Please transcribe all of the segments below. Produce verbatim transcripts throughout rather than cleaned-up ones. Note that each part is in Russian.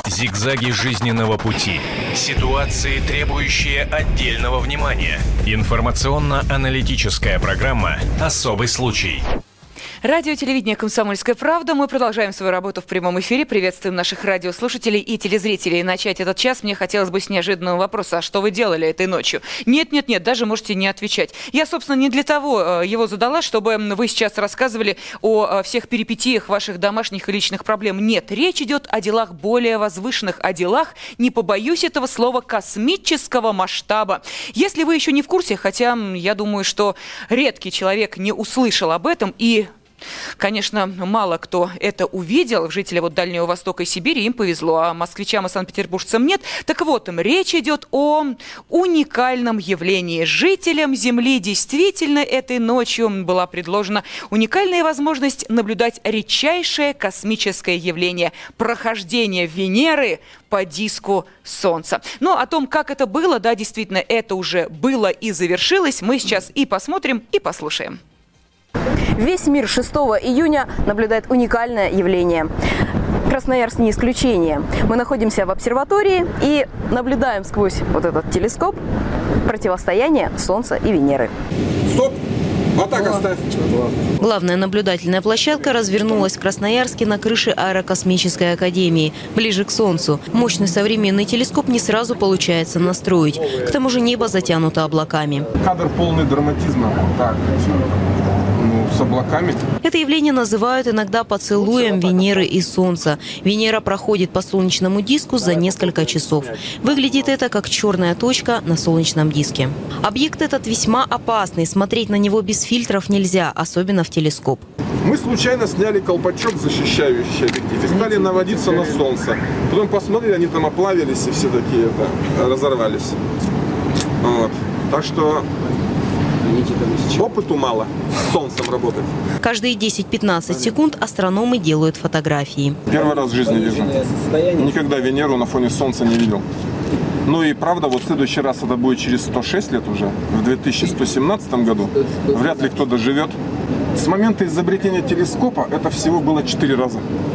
Зигзаги жизненного пути. Ситуации, требующие отдельного внимания. Информационно-аналитическая программа «Особый случай». Радио, телевидение «Комсомольская правда». Мы продолжаем свою работу в прямом эфире. Приветствуем наших радиослушателей и телезрителей. Начать этот час мне хотелось бы с неожиданного вопроса. А что вы делали этой ночью? Нет-нет-нет, даже можете не отвечать. Я, собственно, не для того его задала, чтобы вы сейчас рассказывали о всех перипетиях ваших домашних и личных проблем. Нет, речь идет о делах более возвышенных, о делах, не побоюсь этого слова, космического масштаба. Если вы еще не в курсе, хотя я думаю, что редкий человек не услышал об этом и... Конечно, мало кто это увидел. Жители вот Дальнего Востока и Сибири, им повезло, а москвичам и санкт-петербуржцам нет. Так вот, речь идет о уникальном явлении. Жителям Земли действительно этой ночью была предложена уникальная возможность наблюдать редчайшее космическое явление – прохождение Венеры по диску Солнца. Но о том, как это было, да, действительно, это уже было и завершилось, мы сейчас и посмотрим, и послушаем. Весь мир шестого июня наблюдает уникальное явление. Красноярск не исключение. Мы находимся в обсерватории и наблюдаем сквозь вот этот телескоп противостояние Солнца и Венеры. Стоп! Вот так оставь. Главная наблюдательная площадка развернулась в Красноярске на крыше Аэрокосмической академии, ближе к Солнцу. Мощный современный телескоп не сразу получается настроить. К тому же небо затянуто облаками. Кадр полный драматизма. Так, ну, с облаками. Это явление называют иногда поцелуем Венеры и Солнца. Венера проходит по солнечному диску за несколько часов. Выглядит это как черная точка на солнечном диске. Объект этот весьма опасный. Смотреть на него без фильтров нельзя, особенно в телескоп. Мы случайно сняли колпачок, защищающий объектив, и стали наводиться на Солнце. Потом посмотрели, они там оплавились и все такие это, разорвались. Вот. Так что... опыту мало с Солнцем работать. Каждые десять-пятнадцать секунд астрономы делают фотографии. Первый раз в жизни вижу. Никогда Венеру на фоне Солнца не видел. Ну и правда, вот в следующий раз это будет через сто шесть лет уже, в две тысячи сто семнадцатом году. Вряд ли кто доживет. С момента изобретения телескопа это всего было четыре раза.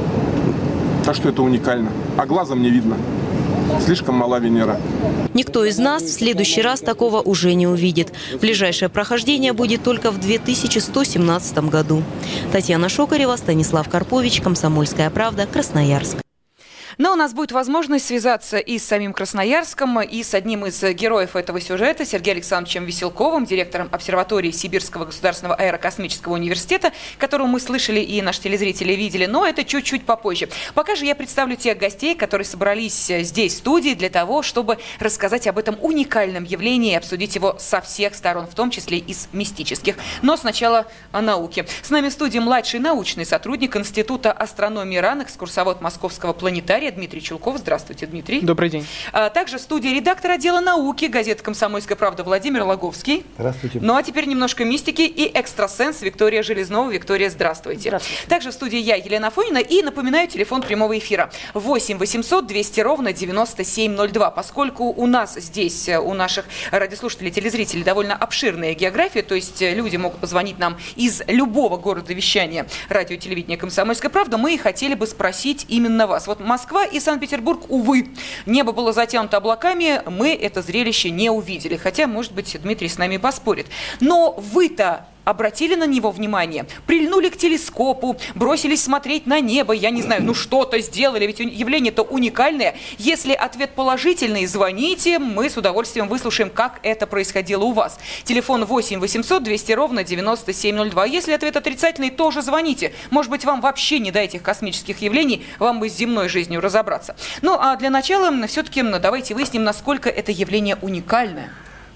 Так что это уникально. А глазом не видно. Слишком мала Венера. Никто из нас в следующий раз такого уже не увидит. Ближайшее прохождение будет только в две тысячи сто семнадцатом году. Татьяна Шокарева, Станислав Карпович, «Комсомольская правда», Красноярск. Но у нас будет возможность связаться и с самим Красноярском, и с одним из героев этого сюжета, Сергеем Александровичем Веселковым, директором обсерватории Сибирского государственного аэрокосмического университета, которого мы слышали и наши телезрители видели, но это чуть-чуть попозже. Пока же я представлю тех гостей, которые собрались здесь, в студии, для того, чтобы рассказать об этом уникальном явлении и обсудить его со всех сторон, в том числе и с мистических. Но сначала о науке. С нами в студии младший научный сотрудник Института астрономии РАН, экскурсовод Московского планетария Дмитрий Чулков. Здравствуйте, Дмитрий. Добрый день. А также в студии редактор отдела науки газеты «Комсомольская правда» Владимир Логовский. Здравствуйте. Ну а теперь немножко мистики и экстрасенс Виктория Железнова. Виктория, здравствуйте. Здравствуйте. Также в студии я, Елена Афонина. И напоминаю, телефон прямого эфира восемь восемьсот двести ровно девяносто семь ноль два. Поскольку у нас здесь, у наших радиослушателей, телезрителей, довольно обширная география, то есть люди могут позвонить нам из любого города вещания радио, телевидения «Комсомольская правда», мы и хотели бы спросить именно вас. Вот Москва и Санкт-Петербург, увы, небо было затянуто облаками, мы это зрелище не увидели. Хотя, может быть, Дмитрий с нами поспорит. Но вы-то обратили на него внимание, прильнули к телескопу, бросились смотреть на небо, я не знаю, ну что-то сделали, ведь явление-то уникальное. Если ответ положительный, звоните, мы с удовольствием выслушаем, как это происходило у вас. Телефон восемь восемьсот двести ровно девяносто семь ноль два. Если ответ отрицательный, тоже звоните. Может быть, вам вообще не до этих космических явлений, вам бы с земной жизнью разобраться. Ну, а для начала все-таки давайте выясним, насколько это явление уникальное.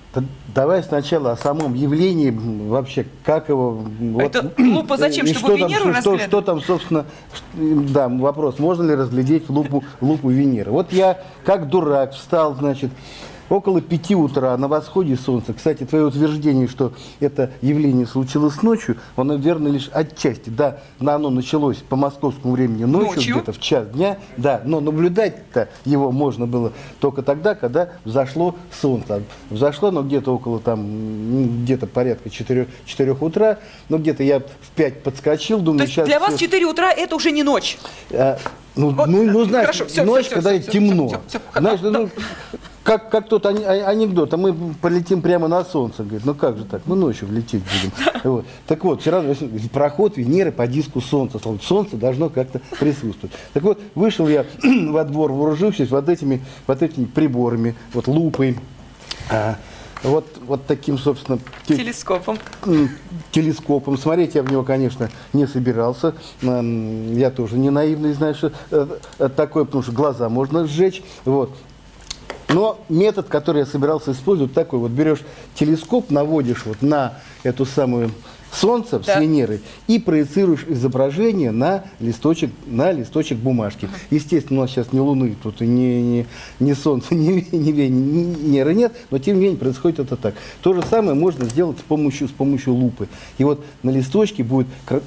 Давай сначала о самом явлении, вообще, как его... Это вот, лупа зачем, чтобы что Венеру там, разглядывать? Что, что там, собственно, да, вопрос, можно ли разглядеть лупу, лупу Венеры. Вот я, как дурак, встал, значит, около пяти утра на восходе солнца. Кстати, твое утверждение, что это явление случилось ночью, оно верно лишь отчасти. Да, оно началось по московскому времени ночью, ночью? где-то в час дня, да, но наблюдать-то его можно было только тогда, когда взошло солнце. Взошло оно где-то около там, где-то порядка четырёх утра, но где-то я в пять подскочил, думаю, То есть сейчас... для вас все... четыре утра это уже не ночь? А, ну, вот, ну, ну, знаешь, хорошо, все, ночь, все, когда все, темно. Все, все, все, знаешь, да. ну, как, как тот анекдот, а мы полетим прямо на солнце. Говорит, ну как же так, мы ночью влететь будем. Да. Вот. Так вот, все равно проход Венеры по диску Солнца. Солнце должно как-то присутствовать. Так вот, вышел я во двор, вооружившись вот этими, вот этими приборами, вот лупой, а, вот, вот таким, собственно... Телескопом. Телескопом. Смотреть я в него, конечно, не собирался. Я тоже не наивный, знаешь, что такое, потому что глаза можно сжечь. Вот. Но метод, который я собирался использовать, такой вот: берешь телескоп, наводишь вот на эту самую Солнце да. с Венерой и проецируешь изображение на листочек, на листочек бумажки. Uh-huh. Естественно, у нас сейчас ни Луны, тут и ни, ни, ни Солнца, ни, ни Венеры нет, но тем не менее происходит это так. То же самое можно сделать с помощью, с помощью лупы. И вот на листочке будет,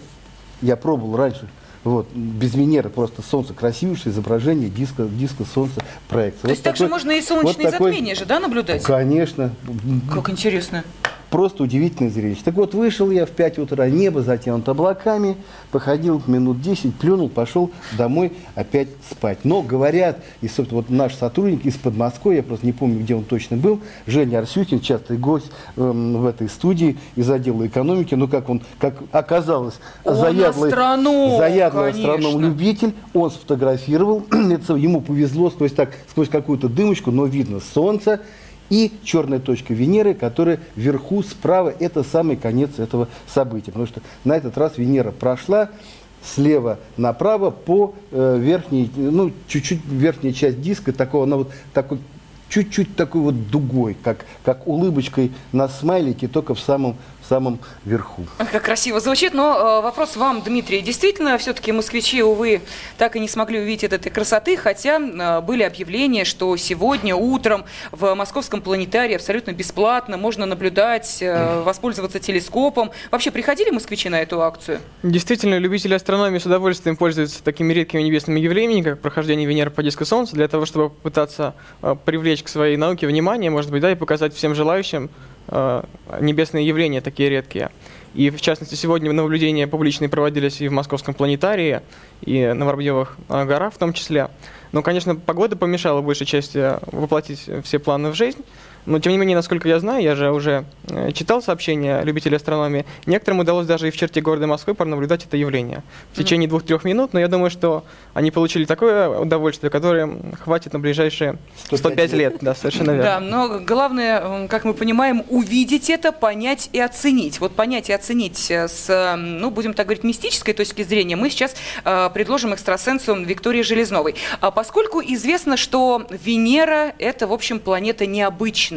я пробовал раньше, вот, без Венеры, просто Солнце, красивейшее изображение диска, диска Солнца проекции. То вот есть также можно и солнечные вот затмения же, да, наблюдать? Конечно. Как интересно. Просто удивительное зрелище. Так вот, вышел я в пять утра, небо затянуто облаками, походил минут десять, плюнул, пошел домой опять спать. Но говорят, и, собственно, вот наш сотрудник из Подмосковья, я просто не помню, где он точно был, Женя Арсютин, частый гость эм, в этой студии из отдела экономики, ну, как он, как оказалось, заядлый, астроном, заядлый астроном-любитель, он сфотографировал, это, ему повезло сквозь, так, сквозь какую-то дымочку, но видно солнце. И черная точка Венеры, которая вверху справа, это самый конец этого события. Потому что на этот раз Венера прошла слева направо по э, верхней, ну, чуть-чуть верхняя часть диска, такого, она вот такой, чуть-чуть такой вот дугой, как, как улыбочкой на смайлике, только в самом, в самом верху. Как красиво звучит, но э, вопрос вам, Дмитрий. Действительно, все-таки москвичи, увы, так и не смогли увидеть этой красоты, хотя э, были объявления, что сегодня утром в Московском планетарии абсолютно бесплатно можно наблюдать, э, воспользоваться телескопом. Вообще, приходили москвичи на эту акцию? Действительно, любители астрономии с удовольствием пользуются такими редкими небесными явлениями, как прохождение Венеры по диску Солнца, для того, чтобы пытаться э, привлечь к своей науке внимание, может быть, да, и показать всем желающим э, небесные явления такие редкие. И, в частности, сегодня наблюдения публичные проводились и в Московском планетарии, и на Воробьевых горах в том числе. Но, конечно, погода помешала большей части воплотить все планы в жизнь. Но, тем не менее, насколько я знаю, я же уже читал сообщения любителей астрономии, некоторым удалось даже и в черте города Москвы пронаблюдать это явление в течение двух-трех минут, но я думаю, что они получили такое удовольствие, которое хватит на ближайшие сто пять лет. Да, совершенно верно. Да, но главное, как мы понимаем, увидеть это, понять и оценить. Вот понять и оценить с, ну, будем так говорить, мистической точки зрения мы сейчас э, предложим экстрасенсу Виктории Железновой. А поскольку известно, что Венера – это, в общем, планета необычная,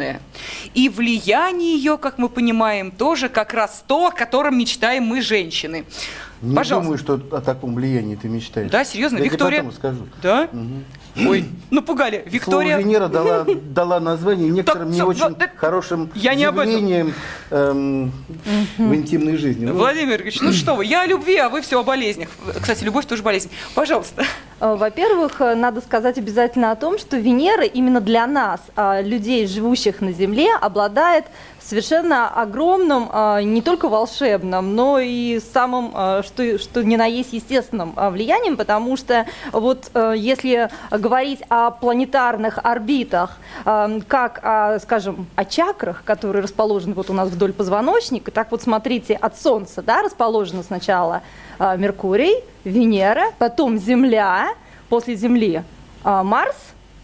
и влияние ее, как мы понимаем, тоже как раз то, о котором мечтаем мы, женщины. Не Пожалуйста. думаю, что о таком влиянии ты мечтаешь. Да, серьезно? Я Виктория? тебе потом скажу. Да? Угу. Ой, напугали. Виктория... Слово Венера дала, дала название некоторым не очень да, хорошим я не явлением эм, в интимной жизни. Владимир Ильич, ну что вы, я о любви, а вы все о болезнях. Кстати, любовь тоже болезнь. Пожалуйста. Во-первых, надо сказать обязательно о том, что Венера именно для нас, людей, живущих на Земле, обладает совершенно огромным, не только волшебным, но и самым, что, что ни на есть, естественным влиянием, потому что вот если говорить о планетарных орбитах, как, скажем, о чакрах, которые расположены вот у нас вдоль позвоночника, так вот смотрите, от Солнца, да, расположено сначала Меркурий, Венера, потом Земля, после Земли Марс,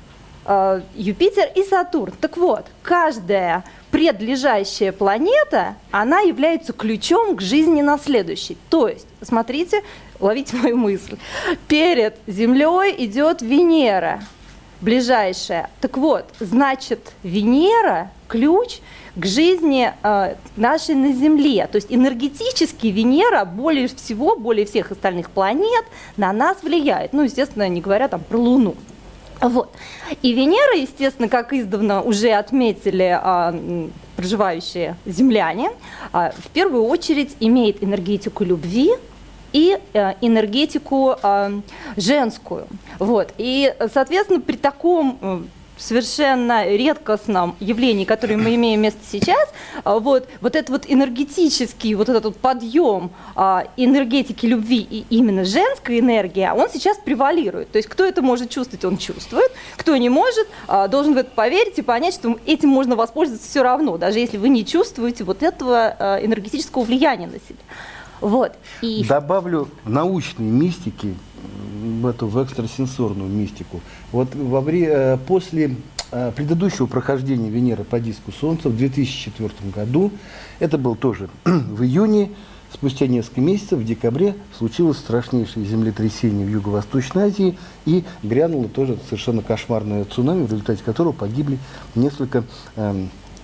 Юпитер и Сатурн. Так вот, каждая предлежащая планета, она является ключом к жизни на следующей. То есть, смотрите, ловите мою мысль. Перед Землей идет Венера, ближайшая. Так вот, значит, Венера – ключ к жизни э, нашей на Земле. То есть энергетически Венера более всего, более всех остальных планет на нас влияет. Ну, естественно, не говоря там про Луну. Вот. И Венера, естественно, как издавна уже отметили а, проживающие земляне, а, в первую очередь имеет энергетику любви и а, энергетику а, женскую. Вот. И, соответственно, при таком совершенно редкостном явлении, которое мы имеем место сейчас, вот, вот этот вот энергетический, вот этот вот подъем а, энергетики любви и именно женской энергии, он сейчас превалирует. То есть кто это может чувствовать, он чувствует, кто не может, а, должен в это поверить и понять, что этим можно воспользоваться все равно, даже если вы не чувствуете вот этого а, энергетического влияния на себя. Вот. И... Добавлю научной мистики, в эту в экстрасенсорную мистику. Вот во вре, после предыдущего прохождения Венеры по диску Солнца в две тысячи четвёртом году, это был тоже в июне, спустя несколько месяцев, в декабре, случилось страшнейшее землетрясение в Юго-Восточной Азии, и грянуло тоже совершенно кошмарное цунами, в результате которого погибли несколько э,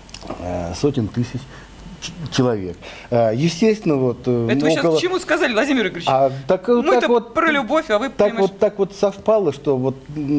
э, сотен тысяч человек. Естественно, вот... Это вы около... сейчас к чему сказали, Владимир Игоревич? А, так, Мы-то так вот, про любовь, а вы... Так понимаешь... вот, так вот совпало, что вот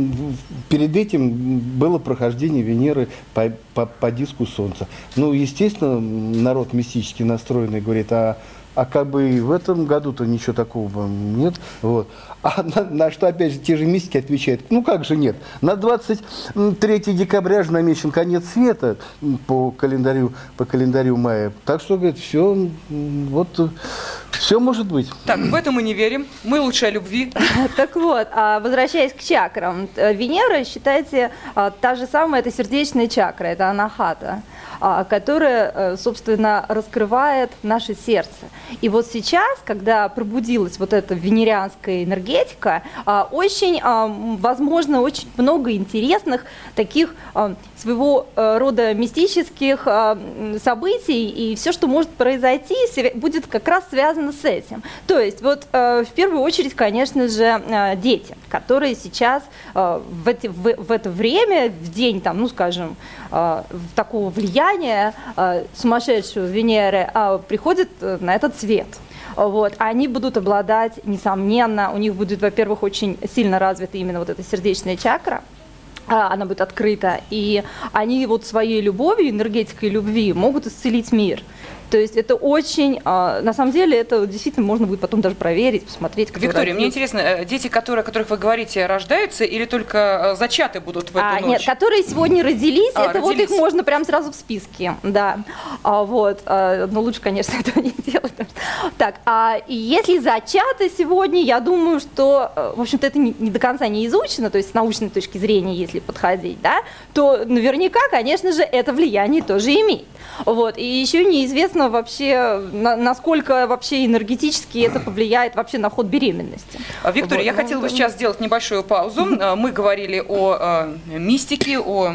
перед этим было прохождение Венеры по, по, по диску Солнца. Ну, естественно, народ мистически настроенный говорит, а, а как бы и в этом году-то ничего такого нет. Вот. А на, на что, опять же, те же мистики отвечают, ну как же нет, на двадцать третьего декабря же намечен конец света по календарю, по календарю мая. Так что, говорит, все, вот, все может быть. Так, в это мы не верим, мы лучше о любви. Так вот, возвращаясь к чакрам, Венера, считайте, та же самая, это сердечная чакра, это анахата, которая, собственно, раскрывает наше сердце. И вот сейчас, когда пробудилась вот эта венерианская энергетика, очень, возможно, очень много интересных таких своего рода мистических событий, и все, что может произойти, будет как раз связано с этим. То есть, вот в первую очередь, конечно же, дети, которые сейчас в, эти, в, в это время, в день, там, ну, скажем, такого влияния сумасшедшего Венеры, приходят на этот свет. Вот. Они будут обладать, несомненно, у них будет, во-первых, очень сильно развита именно вот эта сердечная чакра, она будет открыта, и они вот своей любовью, энергетикой любви могут исцелить мир. То есть это очень, на самом деле, это действительно можно будет потом даже проверить, посмотреть. Виктория, мне интересно, дети, которые, о которых вы говорите, рождаются или только зачаты будут в эту а, ночь? Нет, которые сегодня родились, а, это родились. Вот их можно прямо сразу в списке, да. А, вот, а, но лучше, конечно, этого не делать. Так, а если зачаты сегодня, я думаю, что, в общем-то, это не, не до конца не изучено, то есть с научной точки зрения, если подходить, да, то наверняка, конечно же, это влияние тоже имеет. Вот, и еще неизвестно вообще, на, насколько вообще энергетически это повлияет вообще на ход беременности. Виктория, вот, я ну, хотела бы сейчас сделать небольшую паузу. Мы говорили о э, мистике, о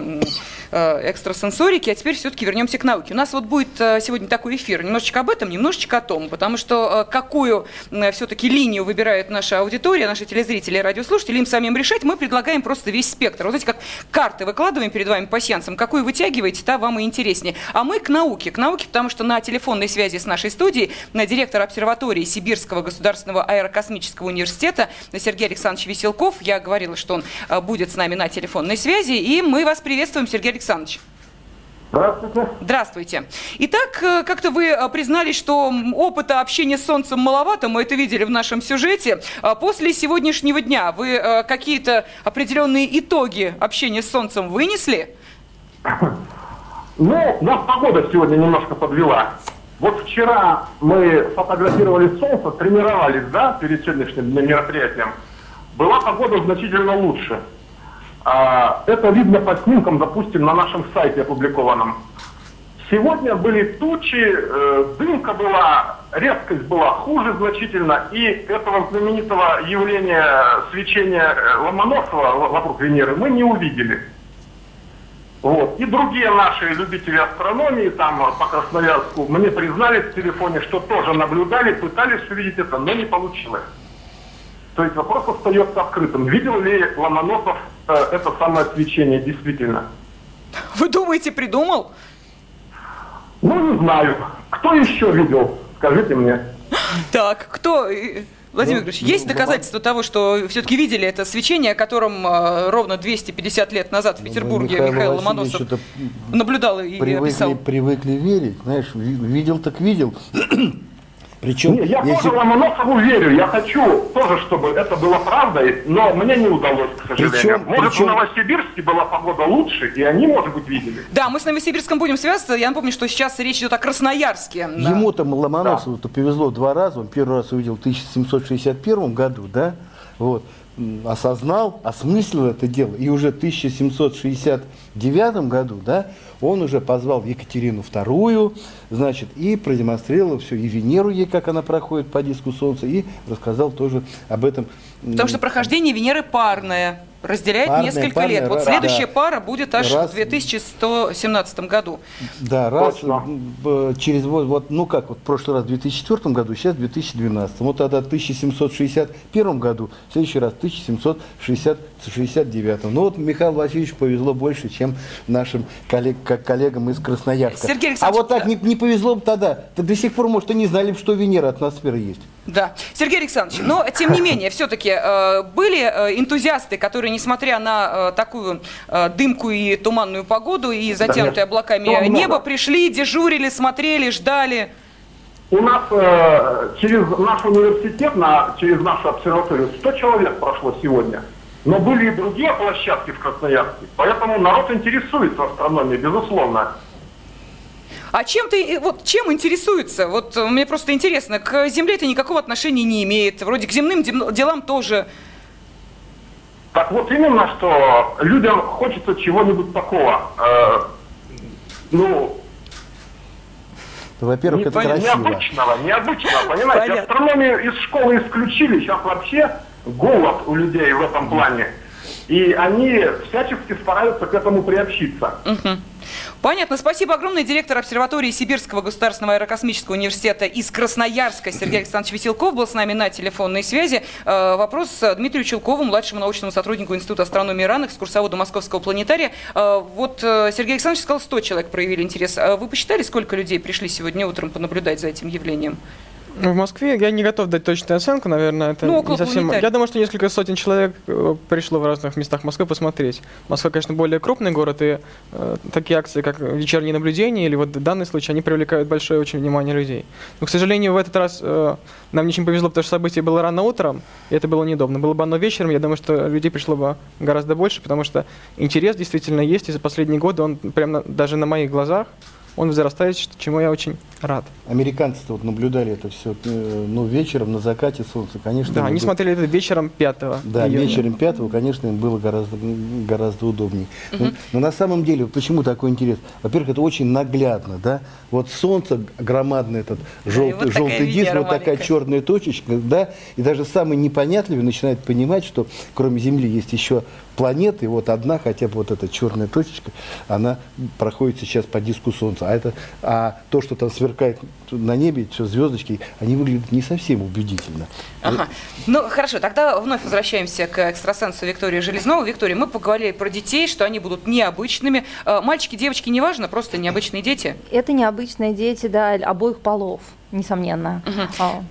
э, экстрасенсорике, а теперь все-таки вернемся к науке. У нас вот будет э, сегодня такой эфир, немножечко об этом, немножечко о том, потому что э, какую э, все-таки линию выбирает наша аудитория, наши телезрители и радиослушатели, им самим решать, мы предлагаем просто весь спектр. Вот знаете, как карты выкладываем перед вами по сеансам, какую вытягиваете, та вам и интереснее. А мы к науке, к науке, потому что на телефонной связи с нашей студией директор обсерватории Сибирского государственного аэрокосмического университета Сергей Александрович Веселков. Я говорила, что он будет с нами на телефонной связи, и мы вас приветствуем, Сергей Александрович. Здравствуйте. Здравствуйте. Итак, как-то вы признались, что опыта общения с Солнцем маловато, мы это видели в нашем сюжете. После сегодняшнего дня вы какие-то определенные итоги общения с Солнцем вынесли? Ну, нас погода сегодня немножко подвела. Вот вчера мы фотографировали Солнце, тренировались, да, перед сегодняшним мероприятием. Была погода значительно лучше. Это видно по снимкам, допустим, на нашем сайте опубликованном. Сегодня были тучи, дымка была, резкость была хуже значительно, и этого знаменитого явления свечения Ломоносова вокруг Венеры мы не увидели. Вот. И другие наши любители астрономии, там по Красноярску, мне признались в телефоне, что тоже наблюдали, пытались увидеть это, но не получилось. То есть вопрос остается открытым. Видел ли Ломоносов э, это самое свечение действительно? Вы думаете, придумал? Ну, не знаю. Кто еще видел? Скажите мне. Так, кто? Владимир Ну, Григорьевич, ну, есть ну, доказательства того, что все-таки видели это свечение, о котором э, ровно двести пятьдесят лет назад в Петербурге Михаил Михаил Васильевич Ломоносов это наблюдал и привыкли, описал? привыкли верить, знаешь, ви- видел так видел. Причем, Не, я если... тоже Ломоносову верю, я хочу тоже, чтобы это было правдой, но мне не удалось, к сожалению. Причем- может, причем- в Новосибирске была погода лучше, и они, может быть, видели. Да, мы с Новосибирском будем связываться. Я напомню, что сейчас речь идет о Красноярске. Да. Ему там Ломоносову-то повезло два раза. Он первый раз увидел в тысяча семьсот шестьдесят первом году, да, вот, м, осознал, осмыслил это дело. И уже в тысяча семьсот шестьдесят девятом году, да, он уже позвал Екатерину вторую, значит, и продемонстрировал все, и Венеру ей, как она проходит по диску Солнца, и рассказал тоже об этом. Потому что прохождение Венеры парное. Разделяет Парная, несколько парная, лет. Вот раз, следующая да. пара будет аж Раз. в две тысячи сто семнадцатом году. Да, раз Точно. э, через вот, вот, ну как, вот в прошлый раз в две тысячи четвёртом году, сейчас в две тысячи двенадцатом. Вот тогда в тысяча семьсот шестьдесят первом году, в следующий раз в тысяча семьсот шестьдесят девятом. Ну вот Михаилу Васильевичу повезло больше, чем нашим коллег, как коллегам из Красноярска. Сергей а Александрович, вот так да. не, не повезло бы тогда. То до сих пор, может, и не знали бы, что Венера атмосфера есть. Да. Сергей Александрович, но тем не менее, все-таки э, были э, энтузиасты, которые, несмотря на э, такую э, дымку и туманную погоду и затянутое облаками Много. небо, пришли, дежурили, смотрели, ждали. У нас э, через наш университет, на, через нашу обсерваторию сто человек прошло сегодня. Но были и другие площадки в Красноярске. Поэтому народ интересуется астрономией, безусловно. А чем ты, вот чем интересуется? Вот э, мне просто интересно, к Земле это никакого отношения не имеет, вроде к земным дем- делам тоже. Так вот именно, что людям хочется чего-нибудь такого. Э, ну, Во-первых, не- это красиво. необычного, необычного, понимаете? Понятно. Астрономию из школы исключили, сейчас вообще голод у людей в этом плане. И они всячески стараются к этому приобщиться. Мгм. Понятно. Спасибо огромное. Директор обсерватории Сибирского государственного аэрокосмического университета из Красноярска Сергей Александрович Веселков был с нами на телефонной связи. Э, вопрос Дмитрию Челкову, младшему научному сотруднику Института астрономии РАН, экскурсоводу Московского планетария. Э, вот э, Сергей Александрович сказал, сто человек проявили интерес. А вы посчитали, сколько людей пришли сегодня утром понаблюдать за этим явлением? В Москве я не готов дать точную оценку, наверное, это Ну, около не совсем. планетария. Я думаю, что несколько сотен человек э, пришло в разных местах Москвы посмотреть. Москва, конечно, более крупный город, и э, такие акции, как вечерние наблюдения или вот данный случай, они привлекают большое очень внимание людей. Но, к сожалению, в этот раз э, нам не очень повезло, потому что событие было рано утром, и это было неудобно. Было бы оно вечером, я думаю, что людей пришло бы гораздо больше, потому что интерес действительно есть, и за последние годы он прямо даже на моих глазах он возрастает, чему я очень рад. Американцы-то вот наблюдали это все, ну, вечером, на закате солнца, конечно. Да, им они было- смотрели это вечером пятого Да, июня. вечером пятого, конечно, им было гораздо, гораздо удобнее. Но, но на самом деле, почему такой интерес? Во-первых, это очень наглядно, да? Вот солнце громадное, этот желтый, вот такая желтый диск, Венера вот такая маленькая. черная точечка, да? И даже самый непонятливый начинает понимать, что кроме Земли есть еще планеты, и вот одна, хотя бы вот эта черная точечка, она проходит сейчас по диску Солнца. А, это, а то, что там сверкает на небе, все звездочки, они выглядят не совсем убедительно. Ага. Ну, хорошо, тогда вновь возвращаемся к экстрасенсу Виктории Железновой. Виктория, мы поговорили про детей, что они будут необычными. Э, Мальчики, девочки, неважно, просто необычные дети. Это необычные дети, да, обоих полов, несомненно. А,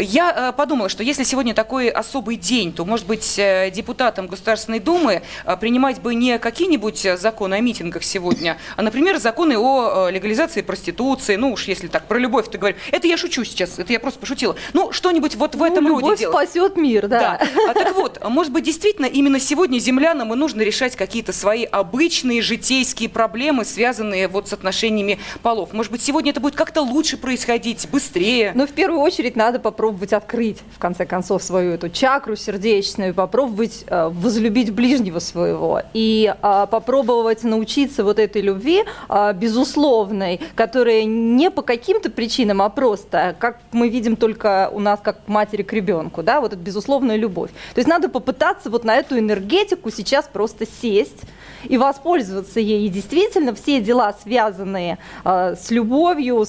Я э, подумала, что если сегодня такой особый день, то, может быть, э, депутатам Государственной Думы э, принимать бы не какие-нибудь э, законы о митингах сегодня, а, например, законы о э, легализации проституции. Ну уж если так про любовь ты говоришь. Это я шучу сейчас, это я просто пошутила. Ну, что-нибудь вот в ну, этом роде любовь делать. спасет мир, да. Да. А так вот, может быть, действительно, именно сегодня землянам и нужно решать какие-то свои обычные житейские проблемы, связанные вот с отношениями полов. Может быть, сегодня это будет как-то лучше происходить, быстрее. Но в первую очередь надо попробовать открыть, в конце концов, свою эту чакру сердечную, попробовать э, возлюбить ближнего своего и э, попробовать научиться вот этой любви э, безусловной, которая не по каким-то причинам, а просто, как мы видим только у нас, как матери к ребенку, да, вот эта безусловная любовь. То есть надо попытаться вот на эту энергетику сейчас просто сесть и воспользоваться ей. И действительно все дела, связанные э, с любовью, с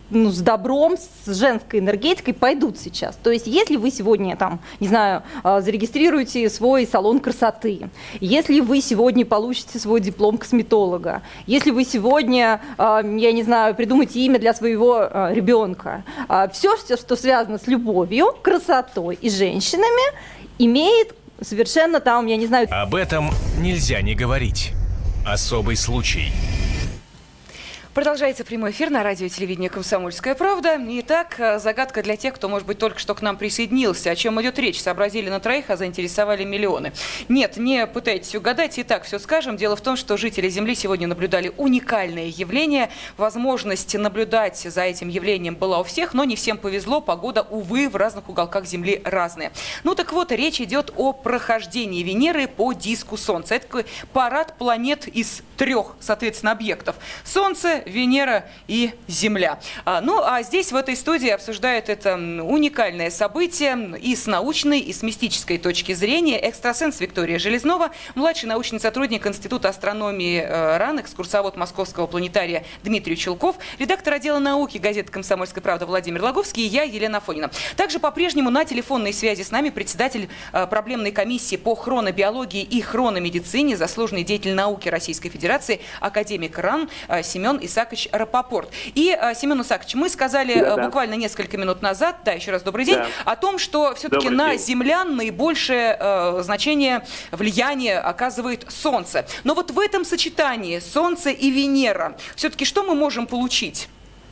ну, с добром, с женской энергетикой пойдут сейчас. То есть если вы сегодня, там, не знаю, зарегистрируете свой салон красоты, если вы сегодня получите свой диплом косметолога, если вы сегодня, я не знаю, придумаете имя для своего ребенка, все, что связано с любовью, красотой и женщинами, имеет совершенно там, я не знаю... Об этом нельзя не говорить. Особый случай. Продолжается прямой эфир на радио и телевидении «Комсомольская правда». Итак, загадка для тех, кто, может быть, только что к нам присоединился. О чем идет речь? Сообразили на троих, а заинтересовали миллионы. Нет, не пытайтесь угадать. Итак, все скажем. Дело в том, что жители Земли сегодня наблюдали уникальное явление. Возможность наблюдать за этим явлением была у всех, но не всем повезло. Погода, увы, в разных уголках Земли разная. Ну так вот, речь идет о прохождении Венеры по диску Солнца. Это такой парад планет из трех, соответственно, объектов. Солнце, Венера и Земля. А, ну, а здесь, в этой студии, обсуждают это уникальное событие и с научной, и с мистической точки зрения. Экстрасенс Виктория Железнова, младший научный сотрудник Института астрономии э, РАН, экскурсовод Московского планетария Дмитрий Чулков, редактор отдела науки газеты «Комсомольская правда» Владимир Логовский и я, Елена Афонина. Также по-прежнему на телефонной связи с нами председатель э, проблемной комиссии по хронобиологии и хрономедицине, заслуженный деятель науки Российской Федерации, академик РАН э, Семен Исаакович Рапопорт. И, Семен Исаакович, мы сказали да, буквально да. несколько минут назад, да, еще раз добрый день, да. о том, что все-таки добрый на день. Землян наибольшее э, значение, влияние оказывает Солнце. Но вот в этом сочетании Солнце и Венера, все-таки что мы можем получить?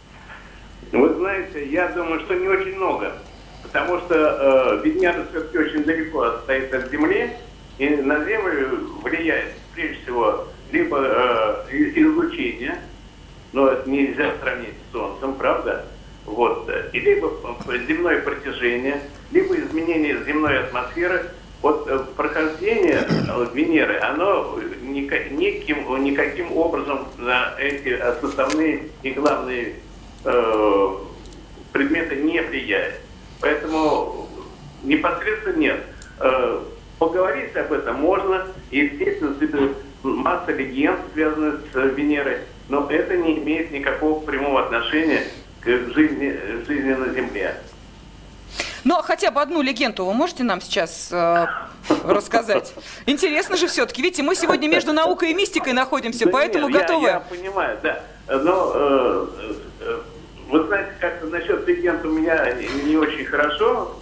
Вы знаете, я думаю, что не очень много, потому что э, Венера все-таки очень далеко стоит от Земли, и на Землю влияет, прежде всего, либо э, излучение, но это нельзя сравнить с Солнцем, правда? Вот. И либо земное протяжение, либо изменение земной атмосферы. Вот прохождение Венеры, оно никаким, никаким образом на эти составные и главные э, предметы не влияет. Поэтому непосредственно нет. Э, поговорить об этом можно, и, естественно, масса легенд, связанных с Венерой, но это не имеет никакого прямого отношения к жизни, жизни на Земле. Но хотя бы одну легенду вы можете нам сейчас э, рассказать? Интересно же все-таки. Видите, мы сегодня между наукой и мистикой находимся, да поэтому нет, готовы. Я, я понимаю, да. Но э, э, вы знаете, как-то насчет легенд у меня не, не очень хорошо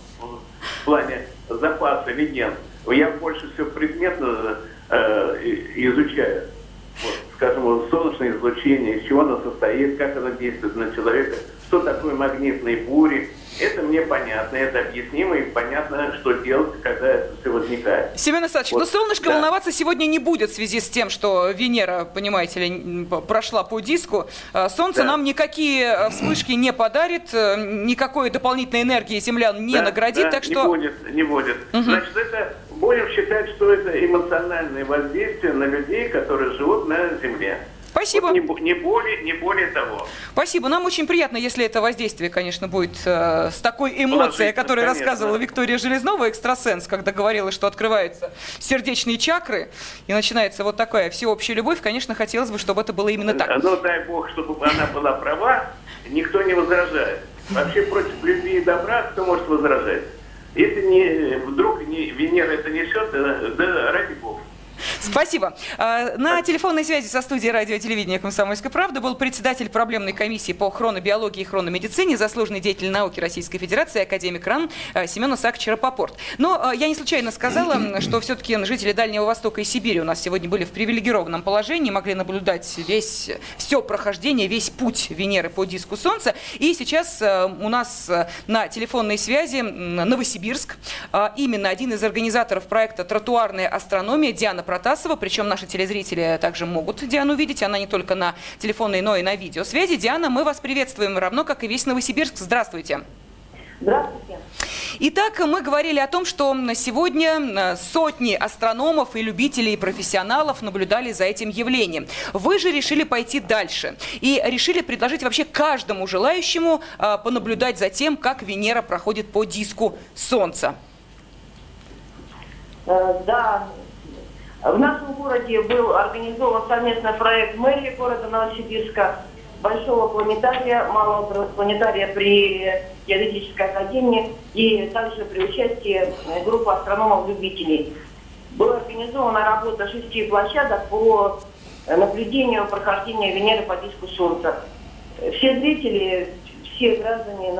в плане запаса легенд. Я больше всего предметно э, изучаю. Вот, скажем, солнечное излучение, из чего оно состоит, как оно действует на человека, что такое магнитные бури. Это мне понятно, это объяснимо и понятно, что делать, когда это все возникает. Семен Исаакович, вот, но солнышко да. волноваться сегодня не будет в связи с тем, что Венера, понимаете ли, прошла по диску. Солнце да. нам никакие вспышки не подарит, никакой дополнительной энергии землян не да, наградит, да, так не что... будет, не будет. Угу. Значит, это будем считать, что это эмоциональное воздействие на людей, которые живут на Земле. Спасибо. Вот не, не, более, не более того. Спасибо. Нам очень приятно, если это воздействие, конечно, будет э, с такой эмоцией, о которой конечно. рассказывала Виктория Железнова, экстрасенс, когда говорила, что открываются сердечные чакры, и начинается вот такая всеобщая любовь. Конечно, хотелось бы, чтобы это было именно так. Ну, дай бог, чтобы она была права, никто не возражает. Вообще против любви и добра кто может возражать? Если не, вдруг не, Венера это несет, да, да ради бога. Спасибо. На телефонной связи со студией радио и телевидения «Комсомольская правда» был председатель проблемной комиссии по хронобиологии и хрономедицине, заслуженный деятель науки Российской Федерации, академик РАН Семен Исаакович Рапопорт. Но я не случайно сказала, что все-таки жители Дальнего Востока и Сибири у нас сегодня были в привилегированном положении, могли наблюдать весь, все прохождение, весь путь Венеры по диску Солнца. И сейчас у нас на телефонной связи Новосибирск. Именно один из организаторов проекта «Тротуарная астрономия» Диана Протасова, причем наши телезрители также могут Диану видеть, она не только на телефонной, но и на видеосвязи. Диана, мы вас приветствуем, равно как и весь Новосибирск. Здравствуйте. Здравствуйте. Итак, мы говорили о том, что сегодня сотни астрономов и любителей, и профессионалов наблюдали за этим явлением. Вы же решили пойти дальше и решили предложить вообще каждому желающему понаблюдать за тем, как Венера проходит по диску Солнца. Да. В нашем городе был организован совместный проект мэрии города Новосибирска Большого планетария, малого планетария при Геологической академии и также при участии группы астрономов-любителей. Была организована работа шести площадок по наблюдению прохождения Венеры по диску Солнца. Все зрители, все граждане,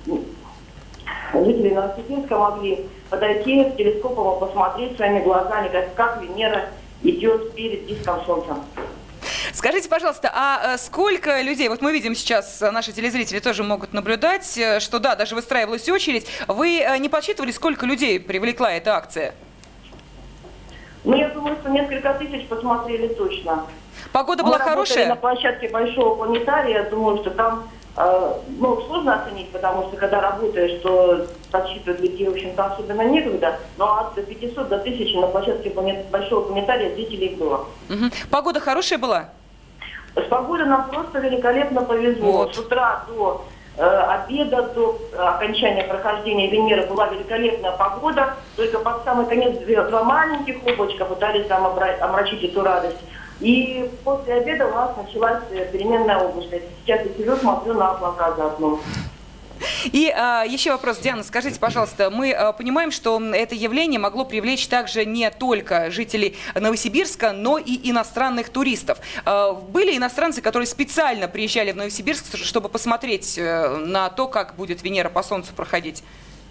жители Новосибирска могли подойти к телескопам и посмотреть своими глазами, как, как Венера идет перед диском Солнца. Скажите, пожалуйста, а сколько людей, вот мы видим сейчас, наши телезрители тоже могут наблюдать, что да, даже выстраивалась очередь. Вы не подсчитывали, сколько людей привлекла эта акция? Ну, я думаю, что несколько тысяч посмотрели точно. Погода была Мы хорошая? на площадке Большого планетария, я думаю, что там, э, ну, сложно оценить, потому что когда работаешь, то подсчитывать людей, в общем-то, особенно некогда, но от пятисот до тысячи на площадке Большого планетария зрителей было. Угу. Погода хорошая была? С погодой нам просто великолепно повезло. Вот. С утра до э, обеда, до окончания прохождения Венеры была великолепная погода. Только под самый конец две, два маленьких облачка пытались там омрачить эту радость. И после обеда у нас началась переменная облачность. Сейчас я сижу, смотрю на облака за окном. И а, еще вопрос, Диана, скажите, пожалуйста, мы а, понимаем, что это явление могло привлечь также не только жителей Новосибирска, но и иностранных туристов. А, были иностранцы, которые специально приезжали в Новосибирск, чтобы посмотреть на то, как будет Венера по Солнцу проходить?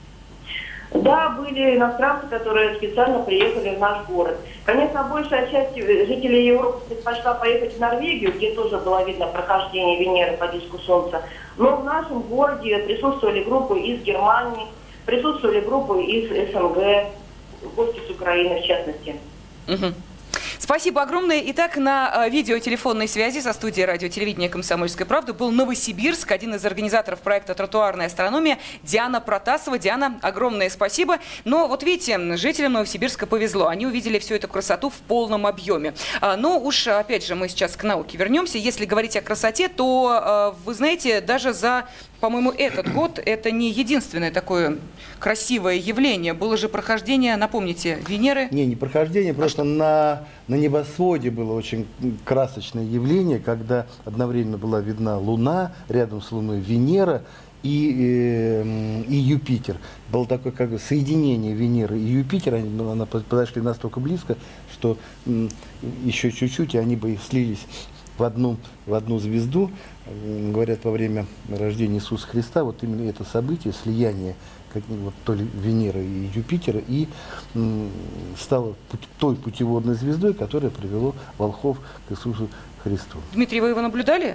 Да, были иностранцы, которые специально приехали в наш город. Конечно, большая часть жителей Европы предпочла поехать в Норвегию, где тоже было видно прохождение Венеры по диску Солнца. Но в нашем городе присутствовали группы из Германии, присутствовали группы из СНГ, гости с Украины в частности. Угу. Спасибо огромное. Итак, на видеотелефонной связи со студией радиотелевидения «Комсомольская правда» был Новосибирск, один из организаторов проекта «Тротуарная астрономия» Диана Протасова. Диана, огромное спасибо. Но вот видите, жителям Новосибирска повезло. Они увидели всю эту красоту в полном объеме. Но уж, опять же, мы сейчас к науке вернемся. Если говорить о красоте, то, вы знаете, даже за, по-моему, этот год это не единственное такое красивое явление. Было же прохождение, напомните, Венеры? Не, не прохождение, просто а на, на небосводе было очень красочное явление, когда одновременно была видна Луна, рядом с Луной Венера и, э, и Юпитер. Было такое как бы соединение Венеры и Юпитера, они, ну, подошли настолько близко, что э, еще чуть-чуть, и они бы слились в одну, в одну звезду. Говорят, во время рождения Иисуса Христа вот именно это событие, слияние как, вот, то ли Венеры и Юпитера, и м, стало путь, той путеводной звездой, которая привело волхвов к Иисусу Христу. Дмитрий, вы его наблюдали?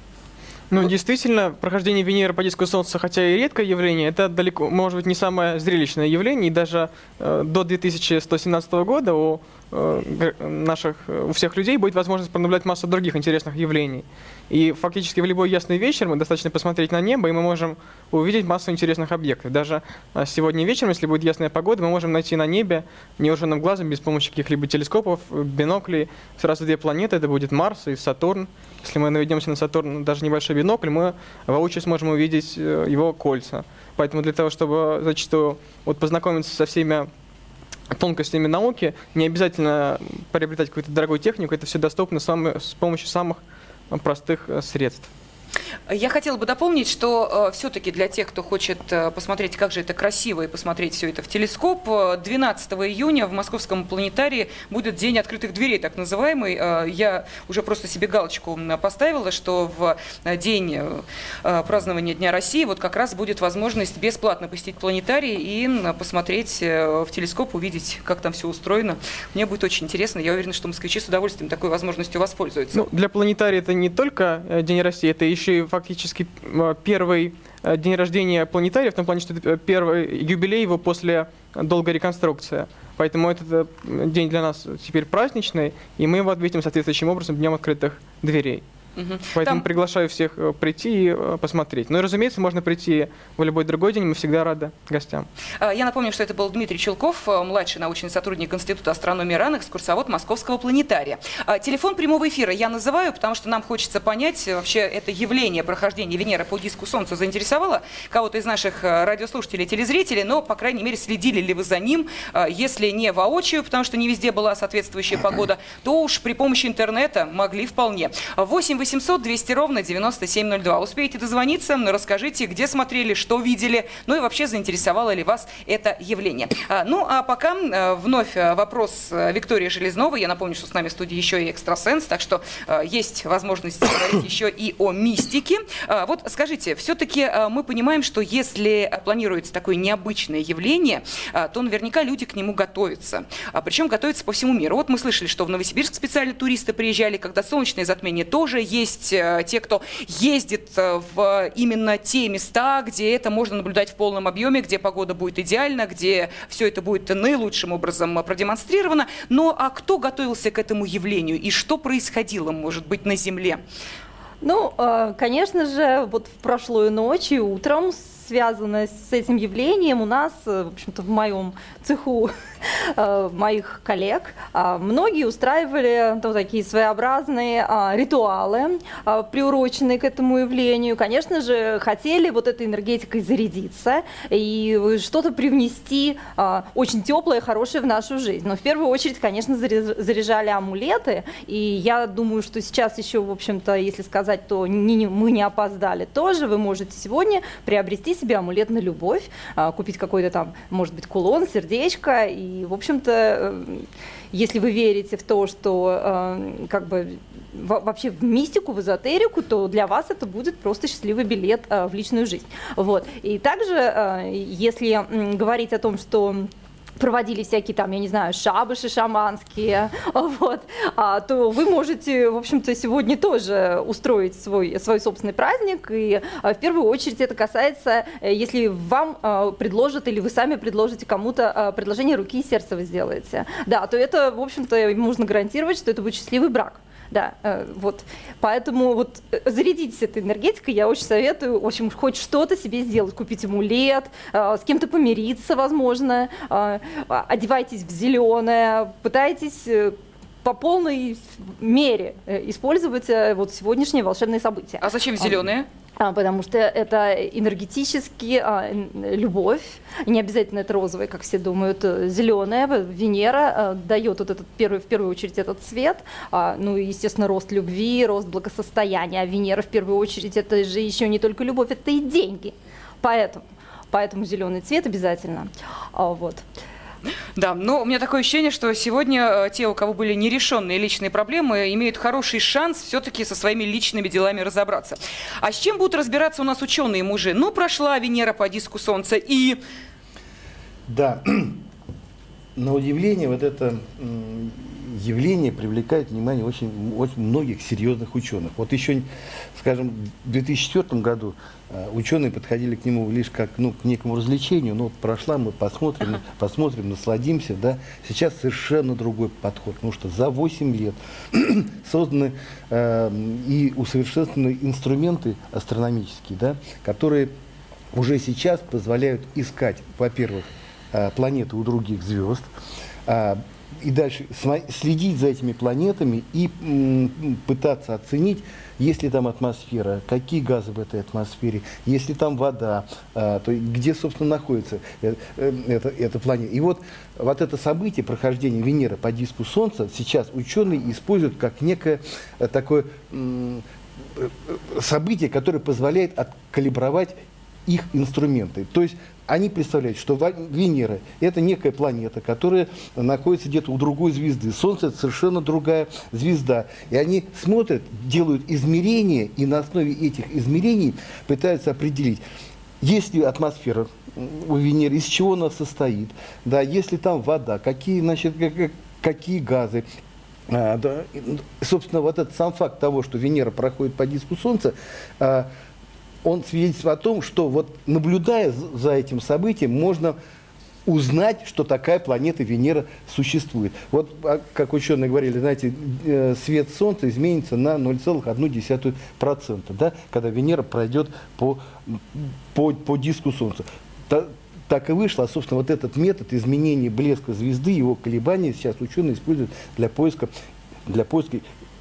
Ну, действительно, прохождение Венеры по диску Солнца, хотя и редкое явление, это далеко, может быть, не самое зрелищное явление. И даже э, до две тысячи сто семнадцатого года у э, наших, у всех людей будет возможность пронаблюдать массу других интересных явлений. И фактически в любой ясный вечер мы достаточно посмотреть на небо, и мы можем увидеть массу интересных объектов. Даже э, сегодня вечером, если будет ясная погода, мы можем найти на небе невооруженным глазом, без помощи каких-либо телескопов, биноклей, сразу две планеты, это будет Марс и Сатурн. Если мы наведемся на Сатурн, даже небольшой бинокль, мы воочию сможем увидеть его кольца. Поэтому для того, чтобы зачастую вот познакомиться со всеми тонкостями науки, не обязательно приобретать какую-то дорогую технику, это все доступно с помощью самых простых средств. Я хотела бы дополнить, что э, все-таки для тех, кто хочет э, посмотреть, как же это красиво, и посмотреть все это в телескоп, двенадцатого июня в Московском планетарии будет день открытых дверей, так называемый. Э, я уже просто себе галочку поставила, что в день э, празднования Дня России вот как раз будет возможность бесплатно посетить планетарий и посмотреть э, в телескоп, увидеть, как там все устроено. Мне будет очень интересно. Я уверена, что москвичи с удовольствием такой возможностью воспользуются. Ну, для планетария это не только День России, это еще и фактически первый день рождения планетария, в том плане, что это первый юбилей его после долгой реконструкции. Поэтому этот день для нас теперь праздничный, и мы его отметим соответствующим образом Днем открытых дверей. Угу. Поэтому Там... приглашаю всех прийти и посмотреть. Ну и, разумеется, можно прийти в любой другой день, мы всегда рады гостям. Я напомню, что это был Дмитрий Чулков, младший научный сотрудник Института астрономии РАН, экскурсовод Московского планетария. Телефон прямого эфира я называю, потому что нам хочется понять, вообще это явление прохождения Венеры по диску Солнца заинтересовало кого-то из наших радиослушателей, телезрителей, но, по крайней мере, следили ли вы за ним, если не воочию, потому что не везде была соответствующая погода, то уж при помощи интернета могли вполне. восемь восемьсот двести ровно девяносто семь ноль два. Успеете дозвониться, расскажите, где смотрели, что видели, ну и вообще заинтересовало ли вас это явление. А, ну а пока а, вновь вопрос Виктории Железновой. Я напомню, что с нами в студии еще и экстрасенс, так что а, есть возможность говорить еще и о мистике. А, вот скажите, все-таки а, мы понимаем, что если планируется такое необычное явление, а, то наверняка люди к нему готовятся. А, причем готовятся по всему миру. Вот мы слышали, что в Новосибирск специально туристы приезжали, когда солнечное затмение тоже есть а, те, кто ездит а, в именно те места, где это можно наблюдать в полном объеме, где погода будет идеальна, где все это будет наилучшим образом продемонстрировано. Но а кто готовился к этому явлению и что происходило, может быть, на Земле? Ну, конечно же, вот в прошлую ночь и утром, связанное с этим явлением, у нас, в общем-то, в моем цеху моих коллег, многие устраивали ну, такие своеобразные ритуалы, приуроченные к этому явлению. Конечно же, хотели вот этой энергетикой зарядиться и что-то привнести очень теплое, хорошее в нашу жизнь. Но в первую очередь, конечно, заряжали амулеты. И я думаю, что сейчас еще, в общем-то, если сказать, то не, мы не опоздали тоже. Вы можете сегодня приобрести себе амулет на любовь, купить какой-то там, может быть, кулон, сердечко. И, в общем-то, если вы верите в то, что как бы вообще в мистику, в эзотерику, то для вас это будет просто счастливый билет в личную жизнь. Вот. И также, если говорить о том, что проводили всякие там, я не знаю, шабаши шаманские, вот, а, то вы можете, в общем-то, сегодня тоже устроить свой, свой собственный праздник. И а, в первую очередь это касается, если вам а, предложат или вы сами предложите кому-то а, предложение руки и сердца вы сделаете. Да, то это, в общем-то, можно гарантировать, что это будет счастливый брак. Да, вот, поэтому вот зарядитесь этой энергетикой, я очень советую, в общем, хоть что-то себе сделать, купить амулет, с кем-то помириться, возможно, одевайтесь в зеленое, пытайтесь по полной мере использовать вот сегодняшнее волшебное событие. А зачем зеленые? А, потому что это энергетически а, любовь, не обязательно это розовая, как все думают, зеленая. Венера а, дает вот этот первый, в первую очередь этот цвет, а, ну и, естественно, рост любви, рост благосостояния. А Венера в первую очередь это же еще не только любовь, это и деньги. Поэтому, поэтому зеленый цвет обязательно. А, вот. Да, но у меня такое ощущение, что сегодня те, у кого были нерешенные личные проблемы, имеют хороший шанс все-таки со своими личными делами разобраться. А с чем будут разбираться у нас ученые-мужи? Ну, прошла Венера по диску Солнца и... Да, на удивление вот это явление привлекает внимание очень, очень многих серьезных ученых. Вот еще, скажем, в две тысячи четвёртом году ученые подходили к нему лишь как ну, к некому развлечению. Ну, вот прошла, мы посмотрим, посмотрим, насладимся. Да? Сейчас совершенно другой подход, потому что за восемь лет созданы э, и усовершенствованы инструменты астрономические, да, которые уже сейчас позволяют искать, во-первых, э, планеты у других звезд, э, и дальше следить за этими планетами и м, пытаться оценить, есть ли там атмосфера, какие газы в этой атмосфере, есть ли там вода, а, то где, собственно, находится эта, эта планета. И вот, вот это событие, прохождение Венеры по диску Солнца, сейчас ученые используют как некое такое м, событие, которое позволяет откалибровать их инструменты. То есть они представляют, что Венера – это некая планета, которая находится где-то у другой звезды. Солнце – это совершенно другая звезда. И они смотрят, делают измерения, и на основе этих измерений пытаются определить, есть ли атмосфера у Венеры, из чего она состоит, да, есть ли там вода, какие, значит, какие газы. А, да, собственно, вот этот сам факт того, что Венера проходит по диску Солнца, а, он свидетельствует о том, что вот наблюдая за этим событием, можно узнать, что такая планета Венера существует. Вот, как ученые говорили, знаете, свет Солнца изменится на ноль целых одну десятую процента, да, когда Венера пройдет по, по, по диску Солнца. Так и вышло, а, собственно, вот этот метод изменения блеска звезды, его колебания сейчас ученые используют для поиска, для поиска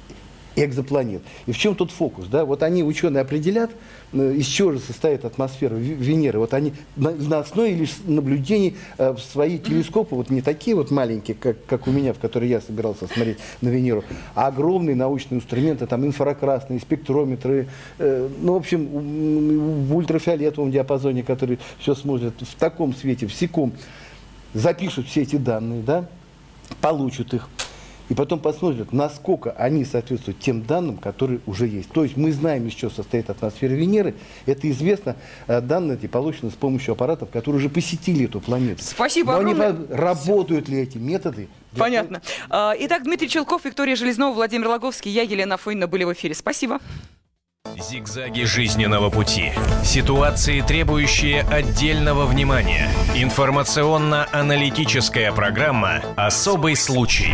экзопланет. И в чем тут фокус? Да? Вот они, ученые, определят, из чего же состоит атмосфера Венеры. Вот они на, на основе лишь наблюдений э, в свои телескопы, вот не такие вот маленькие, как, как у меня, в которые я собирался смотреть на Венеру, а огромные научные инструменты, там инфракрасные, спектрометры, э, ну, в общем, в ультрафиолетовом диапазоне, который все смотрит в таком свете, в секом, запишут все эти данные, да, получат их. И потом посмотрят, насколько они соответствуют тем данным, которые уже есть. То есть мы знаем, из чего состоит атмосфера Венеры. Это известно. Данные эти получены с помощью аппаратов, которые уже посетили эту планету. Спасибо Но огромное. Они, работают ли эти методы? Понятно. Того... Итак, Дмитрий Челков, Виктория Железнова, Владимир Логовский, я, Елена Афонина, были в эфире. Спасибо. Зигзаги жизненного пути. Ситуации, требующие отдельного внимания. Информационно-аналитическая программа «Особый случай».